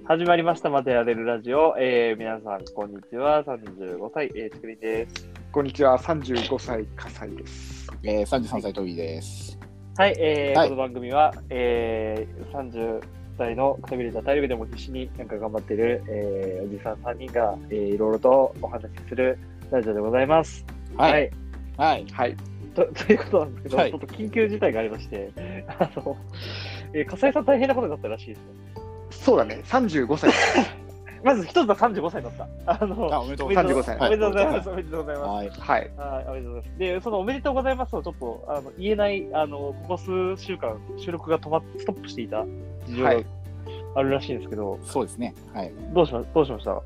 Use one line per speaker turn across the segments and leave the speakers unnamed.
始まりました。またやれるラジオ。皆さん、こんにちは。35歳、ちくりんです。
こんにちは。35歳、笠井です。
33歳、トビーです。
はい、この番組は、30代のくたびれた体力でも必死になんか頑張っている、おじさん3人が、いろいろとお話しするラジオでございます。
はい。はい。
はい。
ということなんですけど、ちょっと緊急事態がありまして、笠井さん大変なことになったらしいですね。
そうだね、35歳。
まず一つは35歳だった。
おめでとうございます。
35歳。
おめでとうございます。おめでとうございます。
はい。
おめでとうございます。で、そのおめでとうございますをちょっと言えない、ここ数週間、収録がストップしていた事情があるらしいんですけど、
そうですね。はい。
どうしました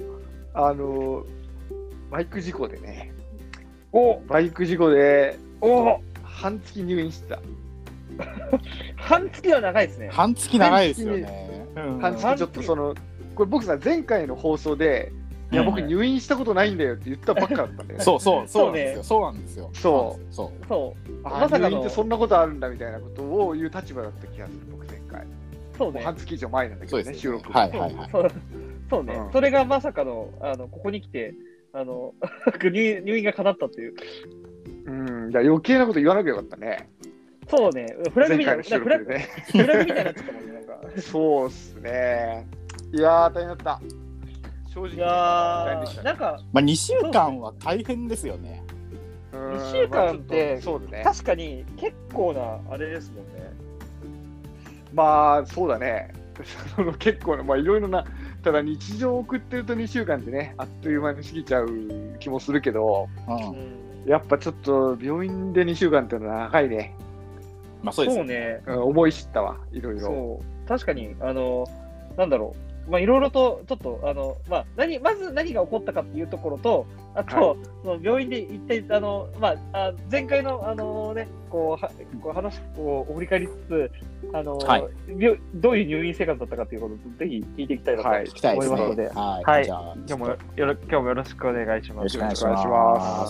バイク事故でね。バイク事故で、半月入院してた。
半月は長いですね。
半月長いですよね。
半月ちょっとこれ僕さ、前回の放送で、いや僕入院したことないんだよって言ったばっかだったんだよね。
そうなんですよ。そうなんですよ。
まさかの
入院ってそんなことあるんだみたいなことを言う立場だった気がする、僕前回。
そうね。
半月以上前なんだけどね、収録。
はい。
そうね。それがまさかの、ここに来て、入院が叶ったっていう。
じゃあ余計なこと言わなきゃよかったね。
そうね。フラグみたいな。フラグみたいになっちゃったもんね、なんか。
そうっすね。いやー、大変だった。正直、大変でしたね。
なんか、
2週間は大変ですよね。
2週間って、
そうだね。
確かに結構なあれですもんね。
まあ、そうだね。結構な、いろいろな、ただ日常を送ってると2週間ってね、あっという間に過ぎちゃう気もするけど、やっぱちょっと病院で2週間っていうのは長いね。
まあそうです
ね。
思い知ったわ、いろいろ。
そう、確かに、なんだろう、いろいろと、ちょっと、まず何が起こったかっていうところと、あと、その病院で一体、前回の、話を振り返りつつ、どういう入院生活だったかということをぜひ聞いていきたいなと思いますので、はい。今日もよろしくお願いします。
よろしくお願いします。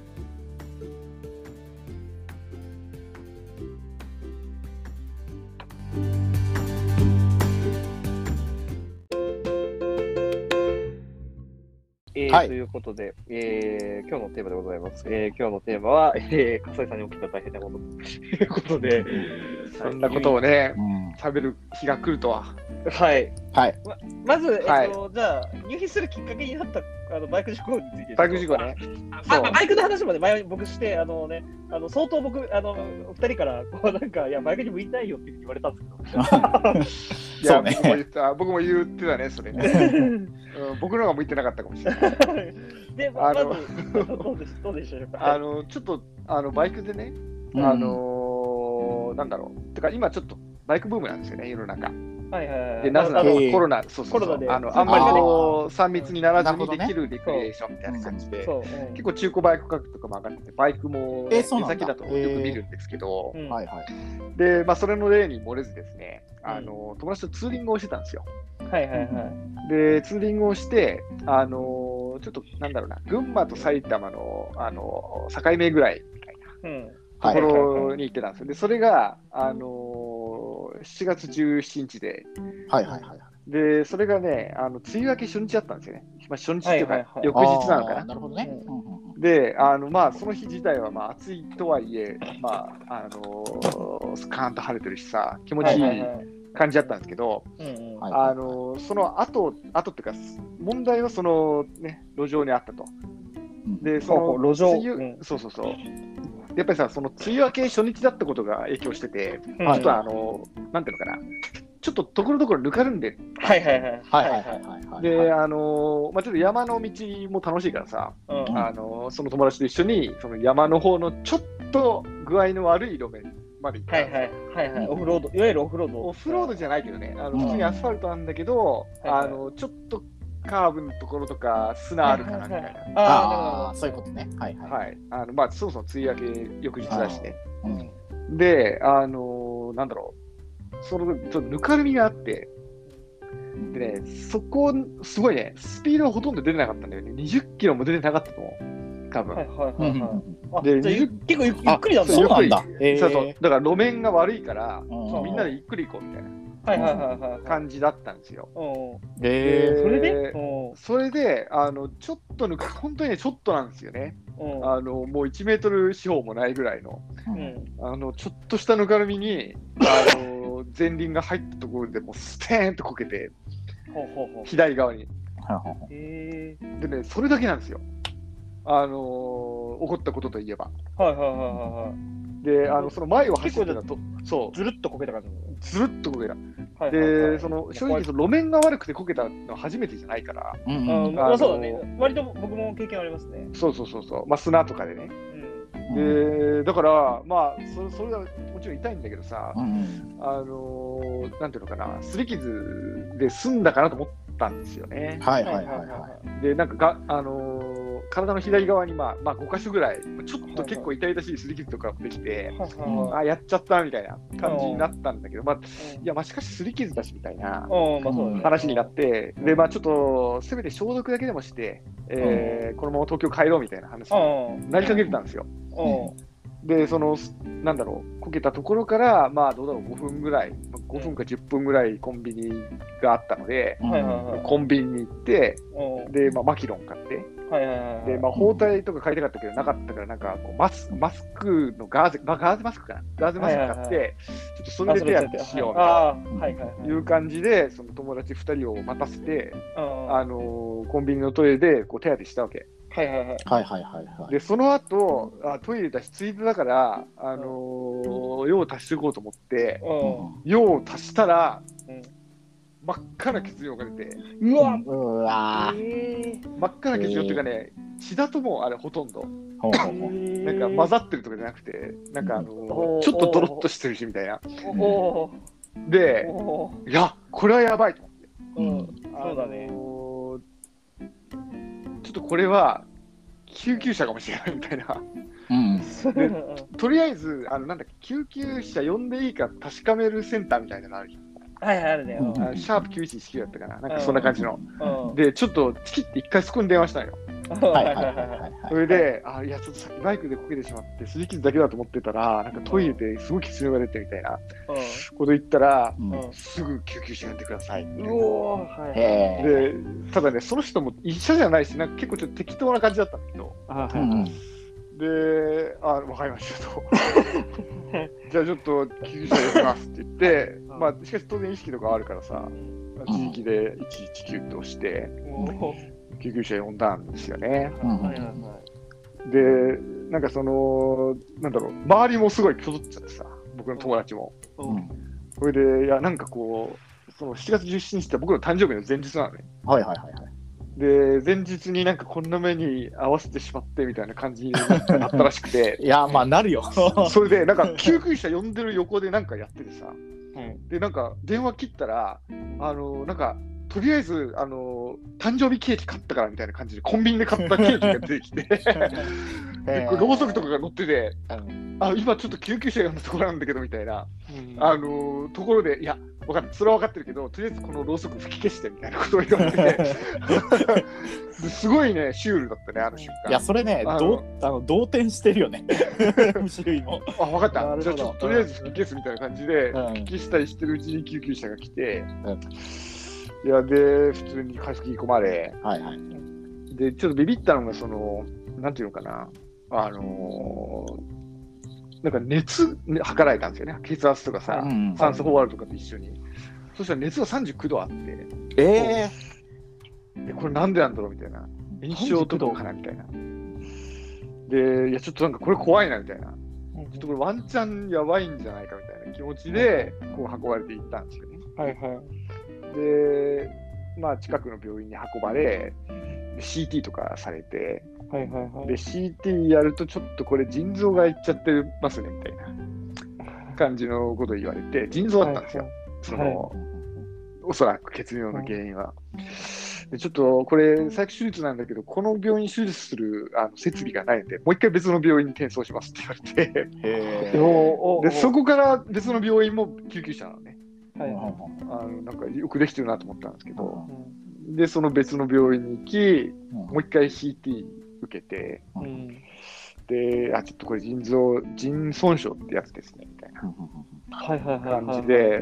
ということで、今日のテーマでございます。今日のテーマは、笠井さんに起きた大変なことということで、
そんなことをね、食べる日が来るとは。
はい。まず、じゃあ、入院するきっかけになったバイク事故について。
バイク事故ね。
バイクの話まで前に僕して、相当僕、2人から、いや、バイクに向いてないよって言われたんですけど。
そうね。
僕も言ってたね、それね。僕の方が向いてなかったかもしれない。
で、まず、どうでしょうか。
ちょっと、バイクでね、なんだろう。てか、今ちょっとバイクブームなんですよね、世の中。で、なぜならコロナで、あんまり3密にならずにできるレクリエーションみたいな感じで、結構中古バイク価格とかも上がってて、バイクも出先だとよく見るんですけど、で、それの例に漏れずですね、友達とツーリングをしてたんですよ。で、ツーリングをして、ちょっとなんだろうな、群馬と埼玉の境目ぐらいみたいなところに行ってたんですよ。で、それが、7月17日で、で、それがね、梅雨明け初日だったんですよね。初日というか、翌日なのかな。
なるほどね。
で、その日自体は暑いとはいえ、スカーンと晴れてるしさ、気持ちいい感じだったんですけど、その後っていうか、問題はそのね、路上にあったと。で、その
路上。
そう。やっぱりさ、その梅雨明け初日だったことが影響してて、ちょっとなんていうのかな、ちょっとところどころぬかるんで、で、ちょっと山の道も楽しいからさ、その友達と一緒に、その山の方のちょっと具合の悪い路面まで行ったんですよ。
オフロード、いわゆるオフロード。
オフロードじゃないけどね、普通にアスファルトなんだけど、ちょっとカーブのところとか砂あるかなみたいな。
そういうことね。
そもそも梅雨明け翌日だしね。で、なんだろう、そのちょっとぬかるみがあって、でね、そこ、すごいね、スピードがほとんど出てなかったんだよね。20キロも出てなかったと思う、多分。
で、結構ゆっくりなんだ。
そうなんだ。
だから路面が悪いから、みんなでゆっくり行こうみたいな。 感じだったんですよ。
それで
ちょっと本当にねちょっとなんですよね。もう1メートル四方もないぐらいの、ちょっとしたぬかるみに前輪が入ったところでもうステーンとこけて左側に。でね、それだけなんですよ。起こったことといえば。で、その前を走ってたと、そう。
ずるっとこけた感じ。
ずるっとこけた。で、正直、路面が悪くてこけたのは初めてじゃないから。
そうだね。割と僕も経験ありますね。
そう。まあ、砂とかでね。で、だから、まあ、それはもちろん痛いんだけどさ、なんていうのかな、擦り傷で済んだかなと思ったんですよね。で、なんか体の左側にまあ5箇所ぐらい、ちょっと結構痛々しい擦り傷とかもできて、やっちゃったみたいな感じになったんだけど、しかし擦り傷だしみたいな話になって、で、ちょっとせめて消毒だけでもして、このまま東京帰ろうみたいな話になりかけてたんですよ。で、なんだろう、こけたところから、どうだろう、5分ぐらい、5分か10分ぐらいコンビニがあったので、コンビニに行って、で、マキロン買って、で、包帯とか買いたかったけど、なかったから、なんかこうマスクのガーゼマスクかな、ガーゼマスク買って、ちょっとそれで手当てしようみたいな、いう感じで、その友達2人を待たせて、コンビニのトイレでこう手当てしたわけ。で、その後、トイレだし、ついでだから、用を足していこうと思って、用を足したら、真っ赤な血尿が出て、真っ赤な血尿っていうかね、血だともうあれほとんど。なんか混ざってるとかじゃなくて、なんかちょっとドロッとしてるしみたいな。で、いや、これはやばいと思って。
そうだね。
ちょっとこれは救急車かもしれないみたいな。でとりあえずなんだっけ、救急車呼んでいいか確かめるセンターみたいなのあるじゃん。
あるね。
シャープ9119だったかな、なんかそんな感じの。で、ちょっとチキって一回そこに電話したのよ。それで、いや、ちょっとさっきバイクでこけてしまって、擦り傷だけだと思ってたら、なんかトイレですごい血尿が出てみたいなこと言ったら、すぐ救急車呼んでくださいみたいな。で、ただね、その人も医者じゃないし、なんか結構ちょっと適当な感じだったんだけど、で、わかりましたと。じゃあちょっと救急車呼びますって言って、しかし当然意識とかあるからさ、自力で119と押して、救急車呼んだんですよね。で、なんかなんだろう、周りもすごいきょどっちゃってさ、僕の友達も。それで、いや、なんかこう、7月17日って僕の誕生日の前日なのね。で、前日になんかこんな目に合わせてしまってみたいな感じになったらしくて。
いや、なるよ。
それで、なんか救急車呼んでる横でなんかやっててさ、で、なんか電話切ったら、なんか、とりあえず、誕生日ケーキ買ったからみたいな感じで、コンビニで買ったケーキが出てきて、でろうそくとかが乗ってて、今ちょっと救急車呼んだところなんだけどみたいな、ところで、いや、それは分かってるけど、とりあえずこのろうそく吹き消してみたいなことを言われてすごいね、シュールだったね、あの瞬間。
いや、それね、動転してるよね、周囲も。
分かった。じゃあちょっととりあえず吹き消すみたいな感じで、吹き消したりしてるうちに救急車が来て、いや、で、普通に回復込まれ、で、ちょっとビビったのが、なんていうのかな、なんか熱、測られたんですよね、血圧とかさ、酸素飽和度とかと一緒に。そしたら熱が39度あって、でこれなんでなんだろうみたいな、炎症とかかなみたいな。で、いや、ちょっとなんかこれ怖いなみたいな、ちょっとこれワンチャンやばいんじゃないかみたいな気持ちで、こう運ばれていったんですよね。で、近くの病院に運ばれ、CT とかされて、で CT やるとちょっとこれ腎臓がいっちゃってますねみたいな感じのことを言われて、腎臓だったんですよ、おそらく血尿の原因は。でちょっとこれ最悪手術なんだけど、この病院手術する設備がないので、もう一回別の病院に転送しますって言われてでそこから別の病院も救急車なのね。なんかよくできてるなと思ったんですけど、でその別の病院に行き、もう一回 CT 受けて、で、ちょっとこれ腎損傷ってやつですねみたいな感じで、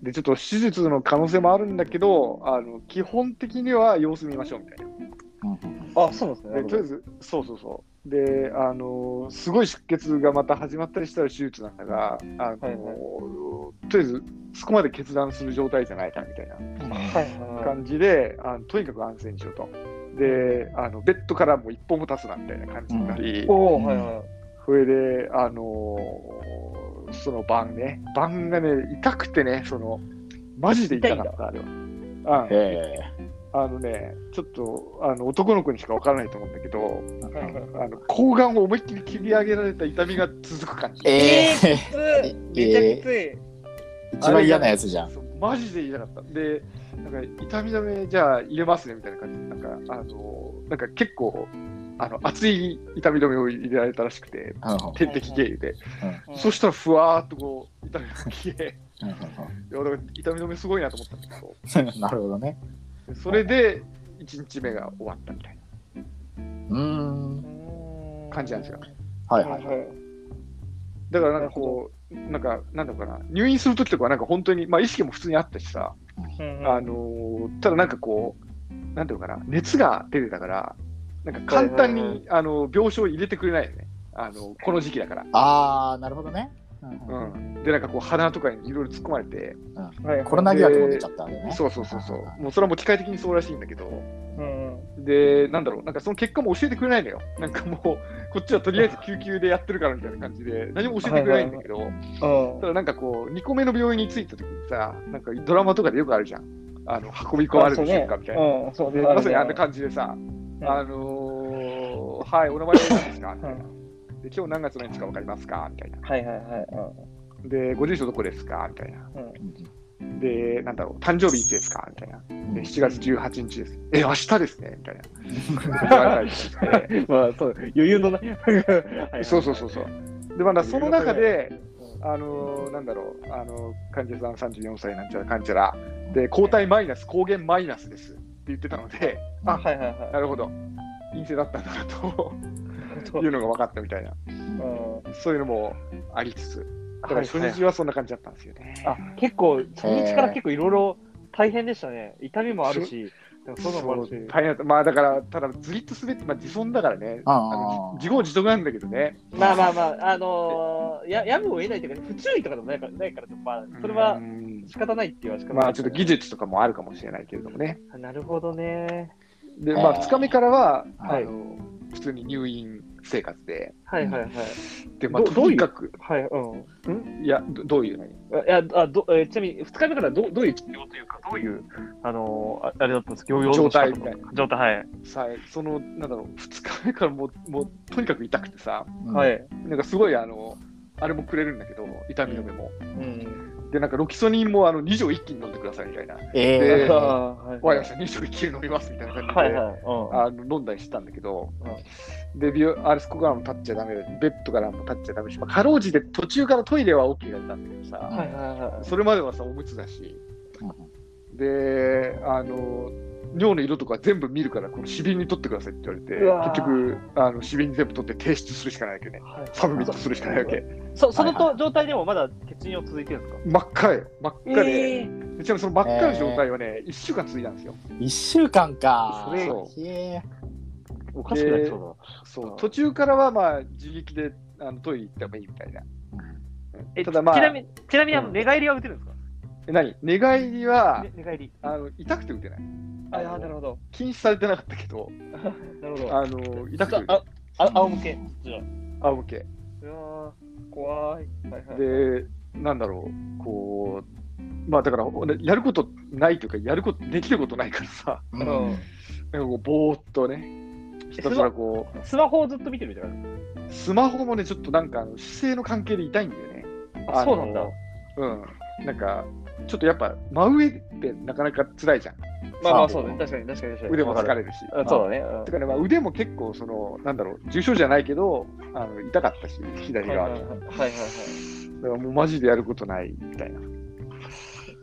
で、ちょっと手術の可能性もあるんだけど、基本的には様子見ましょうみたいな。
あ、そうですね。
で、とりあえず、そうそうそう。で、すごい出血がまた始まったりしたら手術なんだが、とりあえず、そこまで決断する状態じゃないかみたいな感じで、とにかく安静にしろと。で、ベッドからも一歩も立つなみたいな感じになり、それで、その晩がね、痛くてね、マジで痛かった、あれは。ちょっと男の子にしか分からないと思うんだけど、睾丸を思いっきり切り上げられた痛みが続く感じ。
めっちゃきつい。
一番嫌なやつじゃん。
マジで嫌だった。で、なんか痛み止めじゃあ入れますねみたいな感じで、なんか結構熱い痛み止めを入れられたらしくて、点滴経由で、そしたらふわーっとこう痛みが消え、痛み止めすごいなと思ったんだけど。
なるほどね。
それで1日目が終わったみたいな感じなんですよ。
はいはいはい。
だからなんかこう、なんだろうかな、入院するときとかはなんか本当に、まあ意識も普通にあったしさ、ただなんかこう、なんていうのかな、熱が出てたから、なんか簡単に病床入れてくれないよね。この時期だから。
ああ、なるほどね。
で、なんかこう鼻とかにいろいろ突っ込まれて、
コロナ疑惑も出ちゃったんでね。
そう。もうそれはもう機械的にそうらしいんだけど、で、なんだろう、なんかその結果も教えてくれないのよ。なんかもう、こっちはとりあえず救急でやってるからみたいな感じで、何も教えてくれないんだけど、ただなんかこう、2個目の病院に着いた時にさ、なんかドラマとかでよくあるじゃん。運び込まれる瞬間みたいな。まさにあんな感じでさ、はい、お名前は何ですかみたいな。で、今日何月何日か分かりますかみたいな。で、ご住所どこですかみたいな。で、なんだろう、誕生日いつですかみたいな。で、7月18日です。明日ですねみたいな。
まあ、そう、余裕のな。
そう。で、まだその中で、なんだろう、患者さん34歳なんちゃらかんちゃら、で、抗体マイナス、抗原マイナスですって言ってたので、なるほど、陰性だったんだなというのが分かったみたいな、そういうのもありつつ、だから初日はそんな感じだったんですよね。
結構、初日から結構いろいろ大変でしたね。痛みもあるし、そうもあるし。
大変だった。まあだから、ただずりっと滑って、自損だからね、自業自得なんだけどね。
まあ、やむを得ないというか、不注意とかでもないから、それは仕方ないっていう仕方ない。
まあちょっと技術とかもあるかもしれないけれどもね。
なるほどね。
で、まあ2日目からは、普通に入院生活で。で、まあとにかく、いや、どういうのに？
ちなみに2日目からどういう治療というか、どういうあれだったんですか？
状態みたいな。
状態、
なんだろう、2日目からもうとにかく痛くてさ、なんかすごいあれもくれるんだけど、痛み止めも。で、なんかロキソニンも2錠一気に飲んでくださいみたいな。で、わかりました、2錠一気に飲みますみたいな感じで飲んだりしてたんだけど、で、そこからも立っちゃダメで、ベッドからも立っちゃダメし、かろうじて途中からトイレは OK だったんだけどさ、それまではさ、おむつだし、で、尿の色とか全部見るから、この紙瓶に取ってくださいって言われて、結局、紙瓶に全部取って提出するしかないわけね。サブミットするしかないわけ。
その状態でもまだ血尿続いてるんですか？
真っ赤で。ちなみにその真っ赤な状態はね、1週間続いたんですよ。
1週間か。
おかしくなりそうだ。
そう。途中からはまあ自力でトイレ行ってもいいみたいな。
ただまあ、ちなみに寝返りは打てるんですか？
寝返りは痛くて打てない。
なるほど。
禁止されてなかったけど、
なるほど。
痛くて。
仰向け。
仰向け。
怖い。
で、なんだろう、こう、まあだから、やることないというか、できることないからさ、なんかこう、ぼーっとね、ひたすらこう。
スマホをずっと見てるみたいな。
スマホもね、ちょっとなんか、姿勢の関係で痛いんだよね。
そうなんだ。
なんか、ちょっとやっぱ、真上ってなかなか辛いじゃん。
まあそうね、確かに。
腕も疲れるし。
そうだね。
てかね、腕も結構、なんだろう、重症じゃないけど、痛かったし、左側に。だからもうマジでやることないみたいな。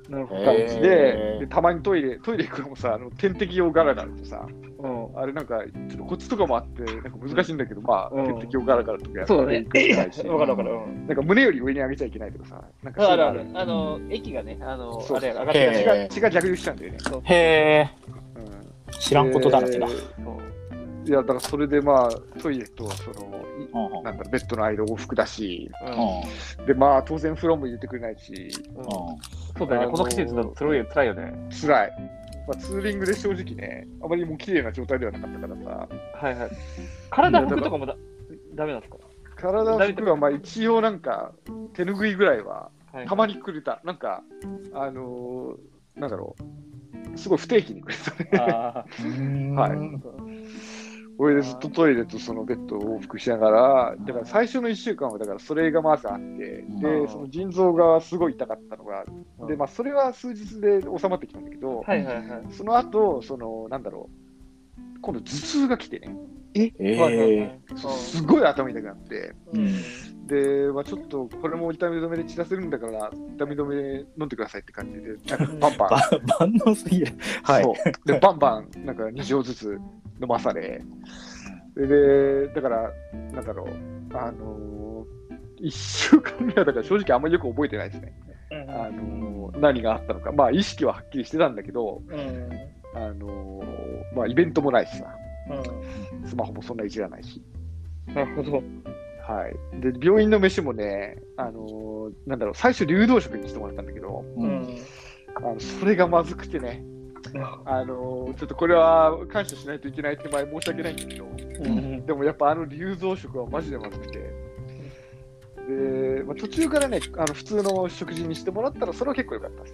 感じで、たまにトイレ行くのもさ、点滴用ガラガラとさ、あれなんか、ちょっとコツとかもあって、なんか難しいんだけど、まあ、点滴用ガラガラとかや
っていくしかないし、
なんか胸より上に上げちゃいけないとかさ、なんか
液がね、あれ
上がって血が逆流しちゃうんだよね。
へえ。知らんことだらけだ。
いや、だからそれでまあ、トイレとなんだベッドの間往復だし、で、まあ、当然風呂も入れてくれないし、
そうだよね、この季節だと辛いよね。
辛い。まあ、ツーリングで正直ね、あまりもう綺麗な状態ではなかったからさ。
はいはい。体服とかもダメなんですか？
体服はまあ一応なんか、手ぬぐいぐらいは、たまにくれた。なんか、なんだろう、すごい不定期にくれたね。はい。これでずっとトイレとそのベッドを往復しながら、だから最初の1週間はだからそれがまずあって、で、その腎臓がすごい痛かったのが、で、まあそれは数日で収まってきたんだけど、その後、なんだろう、今度頭痛が来てね、すごい頭痛くなって、で、まあちょっとこれも痛み止めで散らせるんだから、痛み止め飲んでくださいって感じで、バンバン。
万能すぎる。はい。
で、バンバン、なんか2錠ずつ飲まされ、で、だから、なんだろう、1週間目はだから正直あんまりよく覚えてないですね。何があったのか。まあ意識ははっきりしてたんだけど、まあイベントもないしさ、スマホもそんないじらないし。
なるほど。
はい。で、病院の飯もね、なんだろう、最初流動食にしてもらったんだけど、それがまずくてね、ちょっとこれは感謝しないといけない手前申し訳ないんだけど、でもやっぱ流動食はマジでまずくて、で、まあ、途中からね、普通の食事にしてもらったらそれは結構良かったです。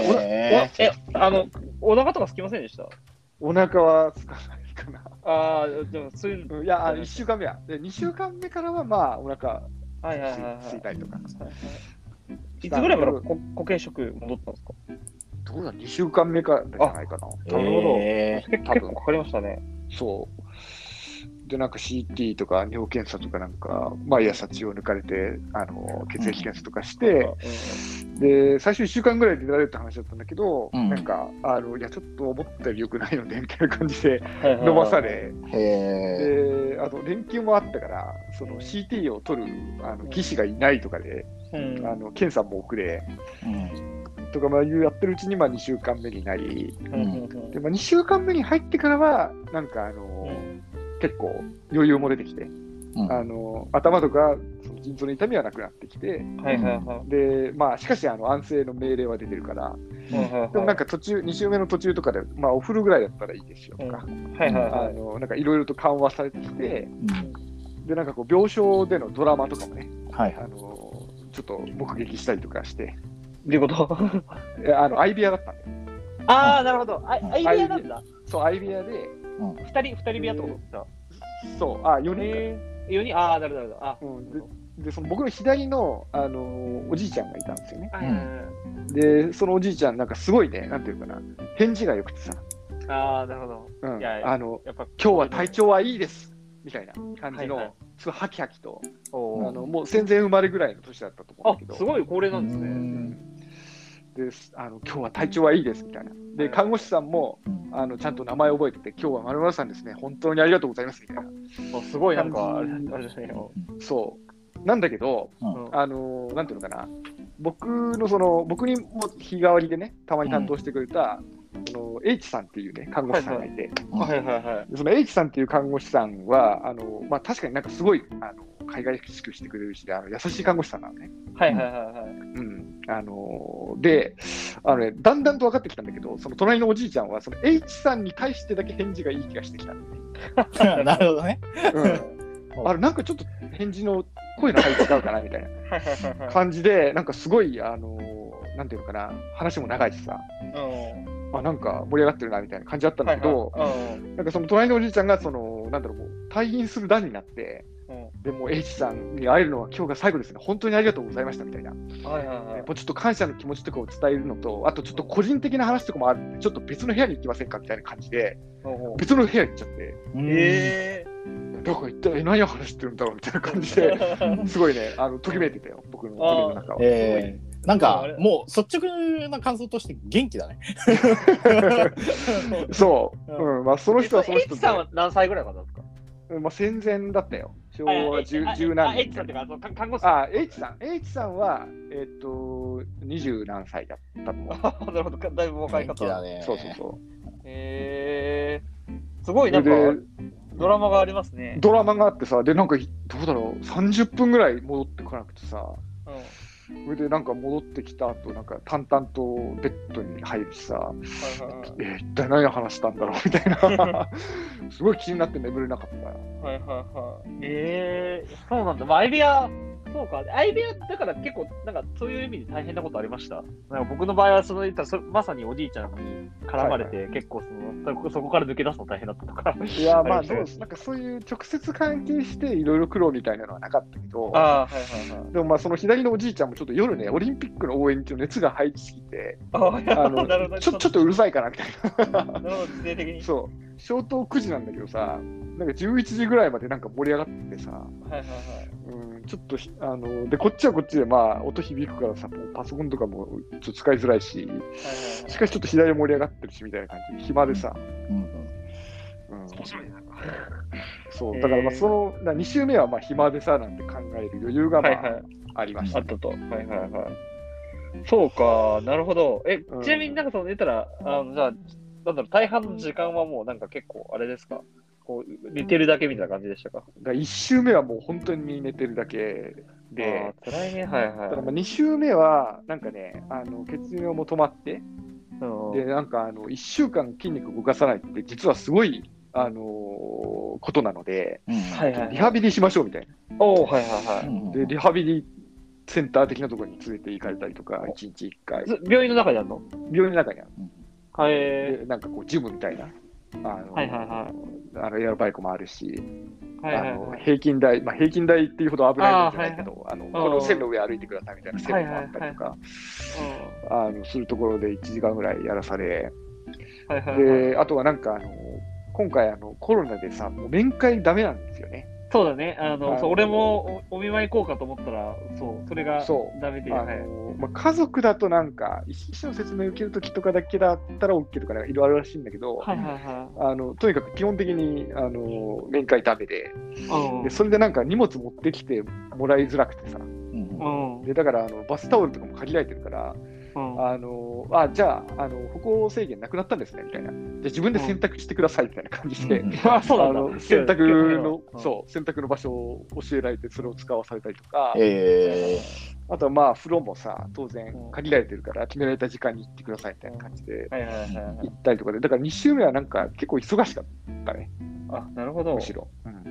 お腹とか空きませんでした？
お腹は空かないかな。
ああ、でもそういう。
いや、1週間目は。で、2週間目からはまあお腹空いたりとか。
いつぐらいから固形食戻ったんですか？
どうだ、2週間目からじゃないかな。
なるほど。結構かかりましたね。
そう。で、なんか CT とか尿検査とかなんか、毎朝血を抜かれて、血液検査とかして、で、最初1週間ぐらいで出られるって話だったんだけど、なんか、いや、ちょっと思ったより良くないので、みたいな感じで飲まされ、で、あと、連休もあったから、その CT を取る技師がいないとかで、検査も遅れ、とかまあやってるうちに2週間目になり、で2週間目に入ってからはなんか結構余裕も出てきて、頭とかその腎臓の痛みはなくなってきて、でまあしかし安静の命令は出てるから、でもなんか2週目の途中とかでまあお風呂ぐらいだったらいいですよとか、なんかいろいろと緩和されてきて、でなんかこう病床でのドラマとかもね、ちょっと目撃したりとかして。
どういうこと
相部屋だったんだよ。
ああ、なるほど。相部屋なんだ。
そう、相部屋で。
二人部屋ってことだ。
そう、4人。
4人、ああ、なる
ほど。で、その僕の左の、おじいちゃんがいたんですよね。で、そのおじいちゃん、なんかすごいね、なんていうかな、返事が良くてさ。
ああ、なるほど。
やっぱ今日は体調はいいです。みたいな感じの、すごいハキハキと、もう戦前生まれぐらいの年だったと思うんだけど。
すごい高齢なんですね。
で今日は体調はいいですみたいな。で、看護師さんもちゃんと名前覚えてて、今日は〇〇さんですね、本当にありがとうございますみたいな。
すごいなんか、あれですね。
そう。なんだけど、なんていうのかな、僕にも日替わりでね、たまに担当してくれた、H さんっていうね、看護師さんがいて、その H さんっていう看護師さんは、まあ確かになんかすごい、海外しくしてくれるしで、優しい看護師さんなのね。で、だんだんと分かってきたんだけど、その隣のおじいちゃんは、その H さんに対してだけ返事がいい気がしてきたん
だね。なるほどね。
なんかちょっと返事の声の入り違うかなみたいな感じで、なんかすごい、なんていうのかな、話も長いしさ、なんか盛り上がってるなみたいな感じだったんだけど、なんかその隣のおじいちゃんが、なんだろう、もう退院する段になって、でも H さんに会えるのは今日が最後ですね、本当にありがとうございましたみたいな、もうちょっと感謝の気持ちとかを伝えるのと、あとちょっと個人的な話とかもあるんで、ちょっと別の部屋に行きませんかみたいな感じで、別の部屋に行っちゃって、だから一体何を話してるんだろうみたいな感じで、すごいね、ときめいてたよ、僕の中は。
なんかもう率直な感想として元気だね。
そう、まあその人はその人で。
H さんは何歳ぐらいかなんですか？
まあ戦前だったよ。昭和10何年。
H さんってか看護師。
H さんは20何歳だったと思う。
なるほど、だいぶ若い方
だね。そう。
すごいなんかドラマがありますね。
ドラマがあってさ、でなんかどうだろう、30分ぐらい戻ってこなくてさ。それでなんか戻ってきた後なんか淡々とベッドに入るしさ、一体何話したんだろうみたいなすごい気になって眠れなかったよ。
そうなんだ。まあ、相部屋、そうか。相部屋だから結構なんかそういう意味で大変なことありました。なんか僕の場合はまさにおじいちゃんに絡まれて、結構そこから抜け出すの大変だったとか。
いやまあどうなんかそういう直接関係していろいろ苦労みたいなのはなかったけど、でもまあその左のおじいちゃんもちょっと夜ねオリンピックの応援に熱が入りすぎて、ちょっとうるさいかなみたいな。そう消灯9時なんだけどさ、なんか11時ぐらいまでなんか盛り上がってさ、ちょっとでこっちはこっちでまあ音響くからさ、パソコンとかもちょっと使いづらいし、しかしちょっと左盛り上がってるしみたいな感じで暇でさ、そうだからまあその2週目はまあ暇でさなんて考える余裕がまあありました。
あったと。そうか、なるほど。ちなみになんかその出たらじゃあなんだろう、大半の時間はもうなんか結構あれですか？こう寝てるだけみたいな感じでしたか
？1週目はもう本当に寝てるだけで、
辛いね。だ
から2週目はなんかね、血尿も止まって、でなんか1週間筋肉動かさないって実はすごいことなので、リハビリしましょうみたいな。でリハビリセンター的なところに連れて行かれたりとか、1日1回。
病院の中にあるの？
病院の中にある。でなんかこうジムみたいな。エアロバイクもあるし、平均台っていうほど危ないんじゃないけど、この線の上歩いてくださいみたいな線もあったりとか、するところで1時間ぐらいやらされ、であとはなんか今回コロナでさ、もう面会ダメなんですよね。
そうだね。俺もお見舞い行こうかと思ったら、それがダメで。
家族だとなんか、医師の説明を受けるときとかだけだったら OK とか、いろいろあるらしいんだけど、とにかく基本的に面会ダメで、それでなんか荷物持ってきてもらいづらくてさ、でだからバスタオルとかも限られてるから、じゃあ、歩行制限なくなったんですねみたいな。じゃあ自分で選択してくださいみたいな感じで、選択の場所を教えられて、それを使わされたりとか、あとはまあ風呂もさ、当然限られてるから決められた時間に行ってくださいみたいな感じで行ったりとかで、だから2週目はなんか結構忙しかったね。
なるほど。
むしろ。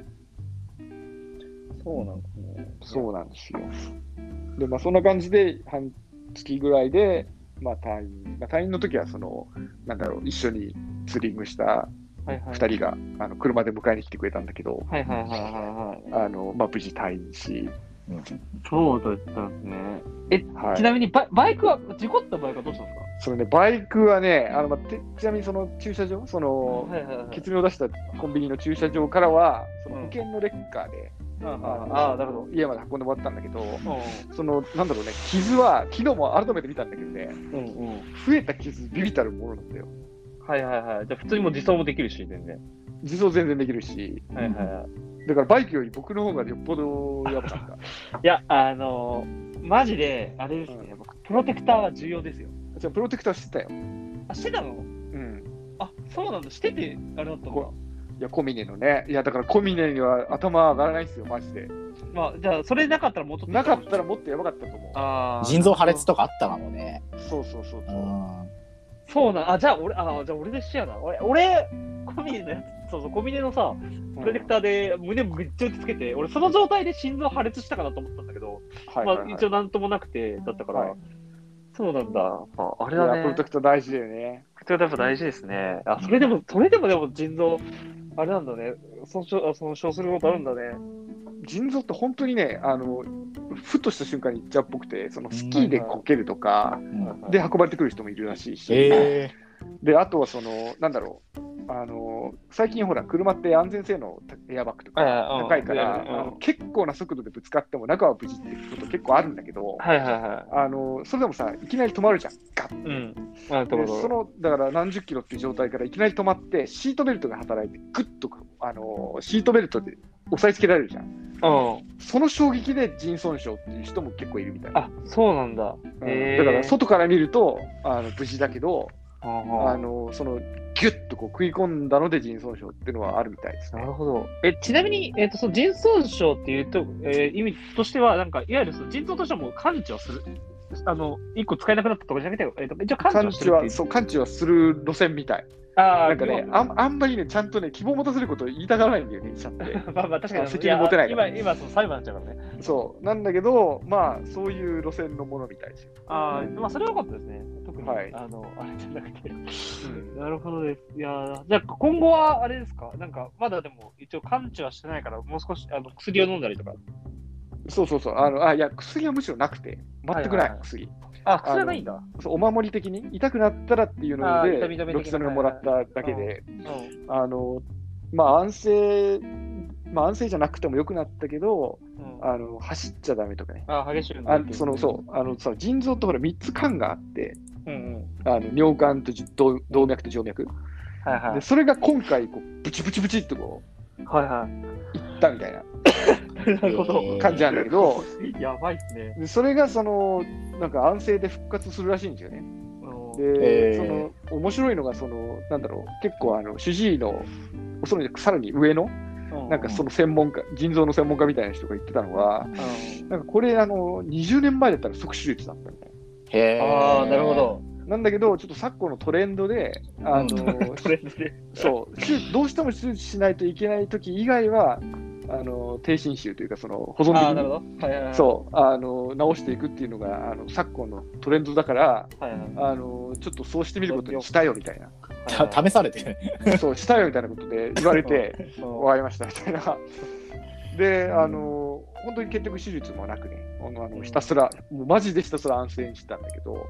そうなんですね。
そうなんですよ。で、まあそんな感じで半月ぐらいで、退院の時は一緒にツーリングした2人が車で迎えに来てくれたんだけど、無事退院し。
そうだったんですね。ちなみにバイクは、事故ったバイクはどうしたんですか？
それね、バイクはね、ちなみにその駐車場、血尿を出したコンビニの駐車場からは、その保険のレッカーで、なるほど、家まで運んでもらったんだけど、なんだろうね、傷は、昨日も改めて見たんだけどね、増えた傷、ビビたるものなんだよ。
じゃあ普通にも自走もできるし、全然。
自走全然できるし、だからバイクより僕の方がよっぽどやばかった。
いや、マジで、あれですね、プロテクターは重要ですよ。
じゃあプロテクターしてたよ。
してたの？そうなんだ、してて、あれだったのか。
いや、コミネのね。いや、だからコミネには頭上がらないですよ、マジで。
じゃあ、それなかったらもっと。
なかったらもっとやばかったと思
う。腎臓破裂とかあったかもね。
そう。
そうなん、じゃあ俺でしやな。俺、コミネのやつ、コミネのさ、プロテクターで胸めっちゃ打ちつけて、俺その状態で心臓破裂したかなと思ったんだけど、一応なんともなくて、だったから、そうなんだ。あれだね。
プロテクター大事だよね。
プロテクターやっぱ大事ですね。それでも腎臓、あれなんだね。損傷することあるんだね。
腎臓って本当にね、ふとした瞬間にいっちゃうっぽくて、スキーでこけるとか、で運ばれてくる人もいるらしいし、で、あとはなんだろう、 最近ほら、車って安全性能エアバッグとか高いから、結構な速度でぶつかっても中は無事っていうこと結構あるんだけど、それでもさ、いきなり止まるじゃん、ガッて。だから何十キロっていう状態からいきなり止まって、シートベルトが働いて、グッとシートベルトで押さえつけられるじゃん。その衝撃で腎損傷っていう人も結構いるみたいな。
そうなんだ。
だから外から見ると無事だけど、そのギュッと食い込んだので腎損傷っていうのはあるみたいですね。
なるほど。ちなみに、その腎損傷っていうと、意味としては、なんかいわゆるその腎臓としてはもう完治はする。一個使えなくなったとかじゃなくて、一応完治
はする路線みたい。なんかね、あんまりね、ちゃんとね、希望を持たせることを言いたがらないんだよね、医者って。
まあ確かに
責任持てないから。
今その裁判になっちゃうからね。
そうなんだけど、まあそういう路線のものみたいですよ。
まあそれは良かったですね。特に、あれじゃなくて。なるほどです。いや、じゃあ今後はあれですか、なんかまだでも一応完治はしてないから、もう少し薬を飲んだりとか。
そう。いや、薬はむしろなくて、全くない、薬。
薬はないんだ。
お守り的に痛くなったらっていうのでロキソニンをもらっただけで、まあ安静じゃなくてもよくなったけど、走っちゃダメとかね。
激しい運動。
腎臓ってほら3つ管があって、尿管と動脈と静脈。でそれが今回ブチブチっといったみたいな感じなんだけど、
やばいっすね。
でそれがなんか安静で復活するらしいんですよね。で、面白いのがなんだろう、結構主治医のそのさらに上のなんかその専門家、腎臓の専門家みたいな人が言ってたのは、なんかこれ20年前だったら即手術だったみたい
な。なるほど。
なんだけど、ちょっと昨今のトレンドで、そうどうしても手術しないといけないとき以外は、低侵襲というか、保存的に治していくっていうのが昨今のトレンドだから、ちょっとそうしてみることにしたよみたいな。
試されて
そうしたよみたいなことで言われて、終わりましたみたいな。で、本当に結局手術もなくね、ひたすら、もうマジでひたすら安静にしてたんだけど、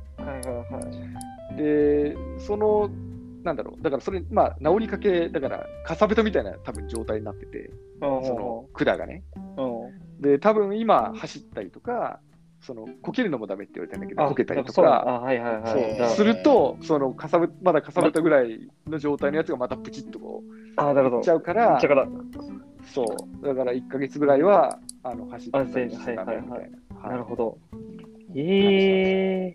で、なんだろう、だからそれ、まあ、治りかけ、だから、かさぶたみたいな多分状態になってて、管がね。で、多分今、走ったりとか、こけるのもダメって言われてるんだけど、こけたりとか、すると、まだかさぶたぐらいの状態のやつがまたプチッといっちゃうから、そう、だから1ヶ月ぐらいは、走ってみたいな。
なるほど。い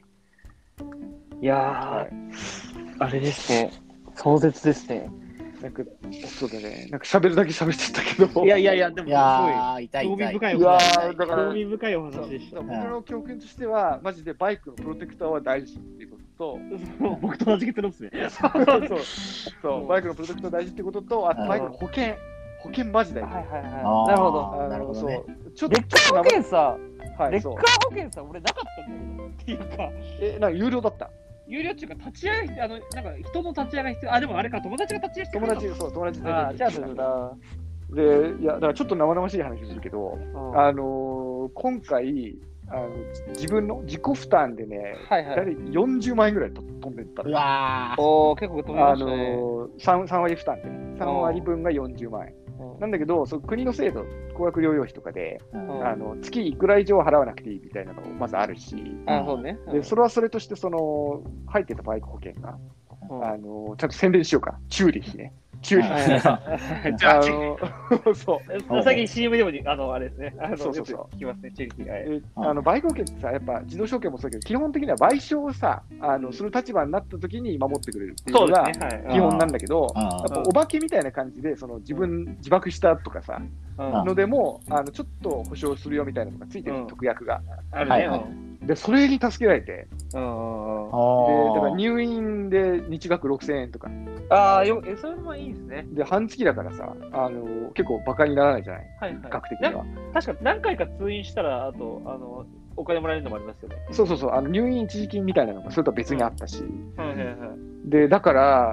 やあれですね。壮絶ですね。
なんか、そうだね。なんか喋るだけ喋ってたけど。
いや、でもすご
い興
味深いお話。興味深いお話でした。
僕の教訓としては、マジでバイクのプロテクターは大事っていうこと
と、僕と同じ結論ですね。
そう、バイクのプロテクター大事ってことと、あとバイクの保険マジ大事。
なるほど。
なるほどね。
劣化保険さ、俺なかったんだけど。っていうか。
なんか有料だった。
有料っていうか、立ち会い、なんか人の立ち会いが必要。でもあれか、友達が立ち会いして
友達
じゃあそれだ。
で、いや、だからちょっと生々しい話するけど、今回、自分の自己負担でね、40万円ぐらい飛んでったの。
結構飛んでましたね。
3割負担でね、3割分が40万円。なんだけど、国の制度、高額療養費とかで、月いくら以上払わなくていいみたいなのもまずあるし、でそれはそれとして、入ってたバイク保険が、ちゃんと宣伝しようか、チューリッヒね。チューリッヒ。そう。
最近 CM でもあれですね。
そう。
聞きますね、チューリッヒ。
バイク保険ってさ、やっぱ自動車保険もそうだけど、基本的には賠償をさ、する立場になった時に守ってくれるっていうのが基本なんだけど、やっぱお化けみたいな感じで、自爆したとかさ、のでも、ちょっと保証するよみたいなのがついてる、特約が。
あるね。
で、それに助けられて、で、だから入院で日額6000円とか。
それもいいですね。
で、半月だからさ、結構バカにならないじゃない、額的には。
確か何回か通院したら、あと、お金もらえるのもありますよね。
そう、入院一時金みたいなのがそれとは別にあったし。で、だから、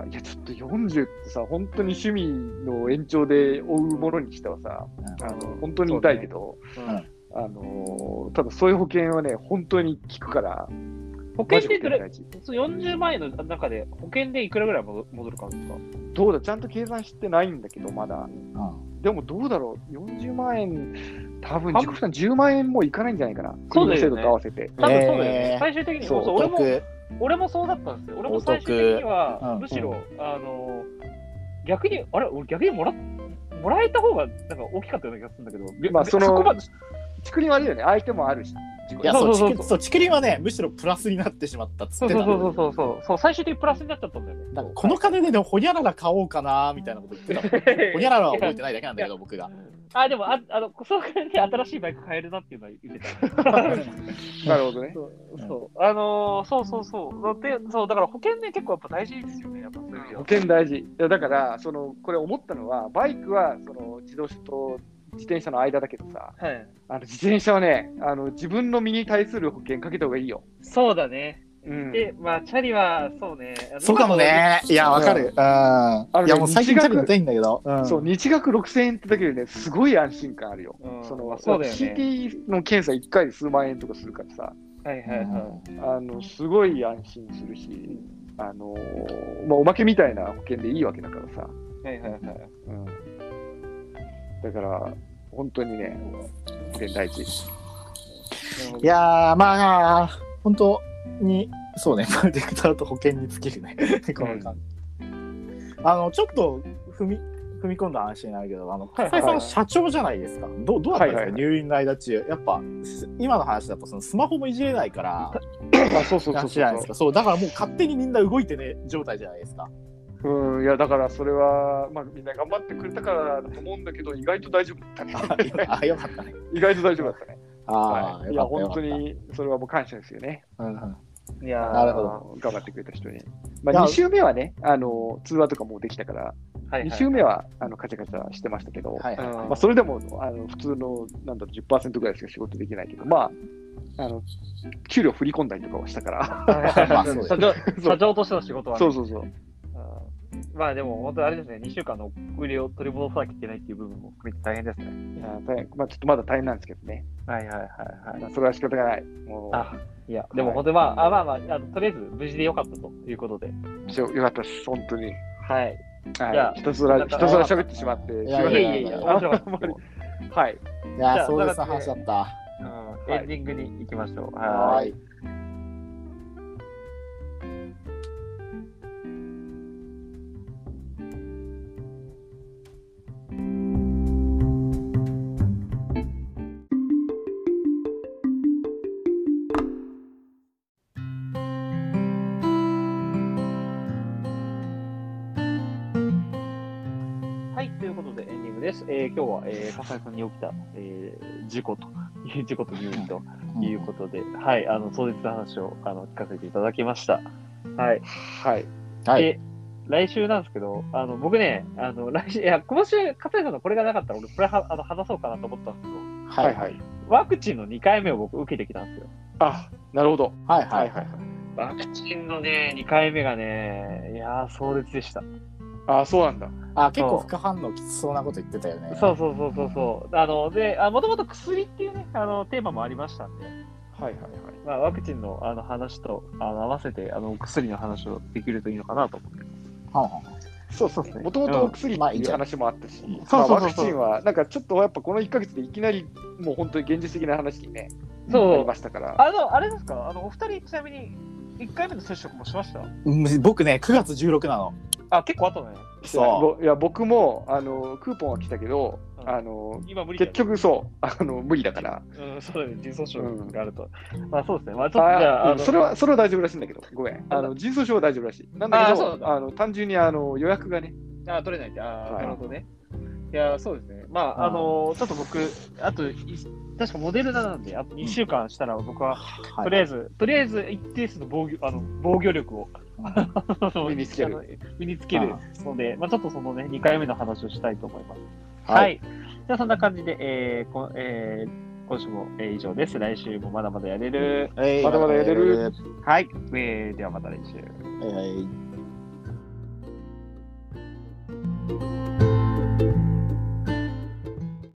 いや、ちょっと40ってさ、本当に趣味の延長で追うものにしてはさ、本当に痛いけど、ただそういう保険はね、本当に効くから、
保険で40万円の中で保険でいくらぐらい戻るかですか？
どうだ、ちゃんと計算してないんだけど、まだ。でもどうだろう、40万円、多分自己負担10万円もいかないんじゃないかな。
そうだよね。
制度と合わせて。
多分そうだよね。最終的に、俺もそうだったんですよ。俺も最終的には、むしろ、逆に、俺逆にもらえた方がなんか大きかったような気がするんだけど、
まあ、そこまで、竹林はあるよね、相手もあるし。
いや、そう、竹林はね、むしろプラスになってしまったっつってた。
そう、最終的にプラスになっちゃったんだよね。
なんかこの金でほにゃらら買おうかなみたいなこと言ってた。ほにゃららは覚えてないだけなんだけど、僕が。
でも、その金で新しいバイク買えるなっていうのは言ってた。
なるほどね。
そう、だから保険ね、結構やっぱ大事ですよね、やっぱそういう意味では。
保険大事。だから、これ思ったのは、バイクは、自動車と自転車の間だけどさ、自転車はね、自分の身に対する保険かけた方がいいよ。
そうだね。で、まあ、チャリは、そうね。
そうかもね。いや、わかる。いや、もう最近チャリ乗っていいんだけど。
そう、日額6000円ってだけでね、すごい安心感あるよ。
そうだよね。
CT の検査1回で数万円とかするからさ、すごい安心するし、おまけみたいな保険でいいわけだからさ。だから、本当にね、保険大事。
いやー、まあ、本当に、そうね、プロテクターと保険に尽きるね、この感じ。ちょっと踏み込んだ話になるけど、笠井さんは社長じゃないですか。どうだったんですか、入院の間中。やっぱ、今の話だと、スマホもいじれないから、そう、だからもう勝手にみんな動いてね、状態じゃないですか。
いやだからそれは、まあ、みんな頑張ってくれたからだと思うんだけど、意外と大丈夫だったね。
よかったね。
意外と大丈夫だったね。いや、本当にそれはもう感謝ですよね。
いや
なるほど。
頑張ってくれた人に。まあ、2週目はね、通話とかもできたから、2週目はカチャカチャしてましたけど、まあ、それでも普通のなんだろう 10% ぐらいしか仕事できないけど、まあ、給料振り込んだりとかはしたから、
社長としての仕事は
ね。そう。
まあでも本当にあれですね、2週間の送りを取り戻さなきゃいけないっていう部分も含めて大変ですね。
いやまあちょっとまだ大変なんですけどね。まあ、それは仕方がない。
いや、でも本当にまあ、とりあえず無事でよかったということで。
よかったです、本当に。
はい。
ひたすら喋ってしまって。
いや、面白かった。
はい。
いや、そういう話だった。
エンディングに行きましょう。
はい。
今日は、笠井さんに起きた、事故と入院ということで、はい、壮絶な話を聞かせていただきました。はい。来週なんですけど、僕ね、来週、今週、笠井さんのこれがなかったら、俺、これ話そうかなと思ったんですけど、ワクチンの2回目を僕、受けてきたんですよ。
なるほど。
ワクチンのね、2回目がね、いやー、壮絶でした。
そうなんだ。
結構副反応きつそうなこと言ってたよね。
そう。で、もともと薬っていうね、テーマもありましたんで、まあ、ワクチンの話と合わせて薬の話をできるといいのかなと思って
そうですね。もともとお薬っていう話もあったし、ワクチンはなんかちょっとやっぱこの1ヶ月でいきなりもう本当に現実的な話にね、なりましたから。
あれですか、お二人ちなみに1回目の接触もしました？
僕ね、9月16なの。
結構後ね。
いや僕もクーポンは来たけど、
今無理
結局無理だから。
そうだね、腎訴訟があると。まあそうですね。まあちょっとじゃあ
それは大丈夫らしいんだけど、ごめん。腎訴訟は大丈夫らしい。なんだけど、単純に予約がね。
取れないって。なるほどね。いや、そうですね。まあちょっと僕、あと確かモデルナなんで、あと2週間したら僕はとりあえず一定数の防御力を
身につける
ので、まあちょっとそのね、2回目の話をしたいと思います。はい。じゃあそんな感じで、今週も以上です。来週もまだまだやれる。
まだまだやれる。
はい。ではまた来週。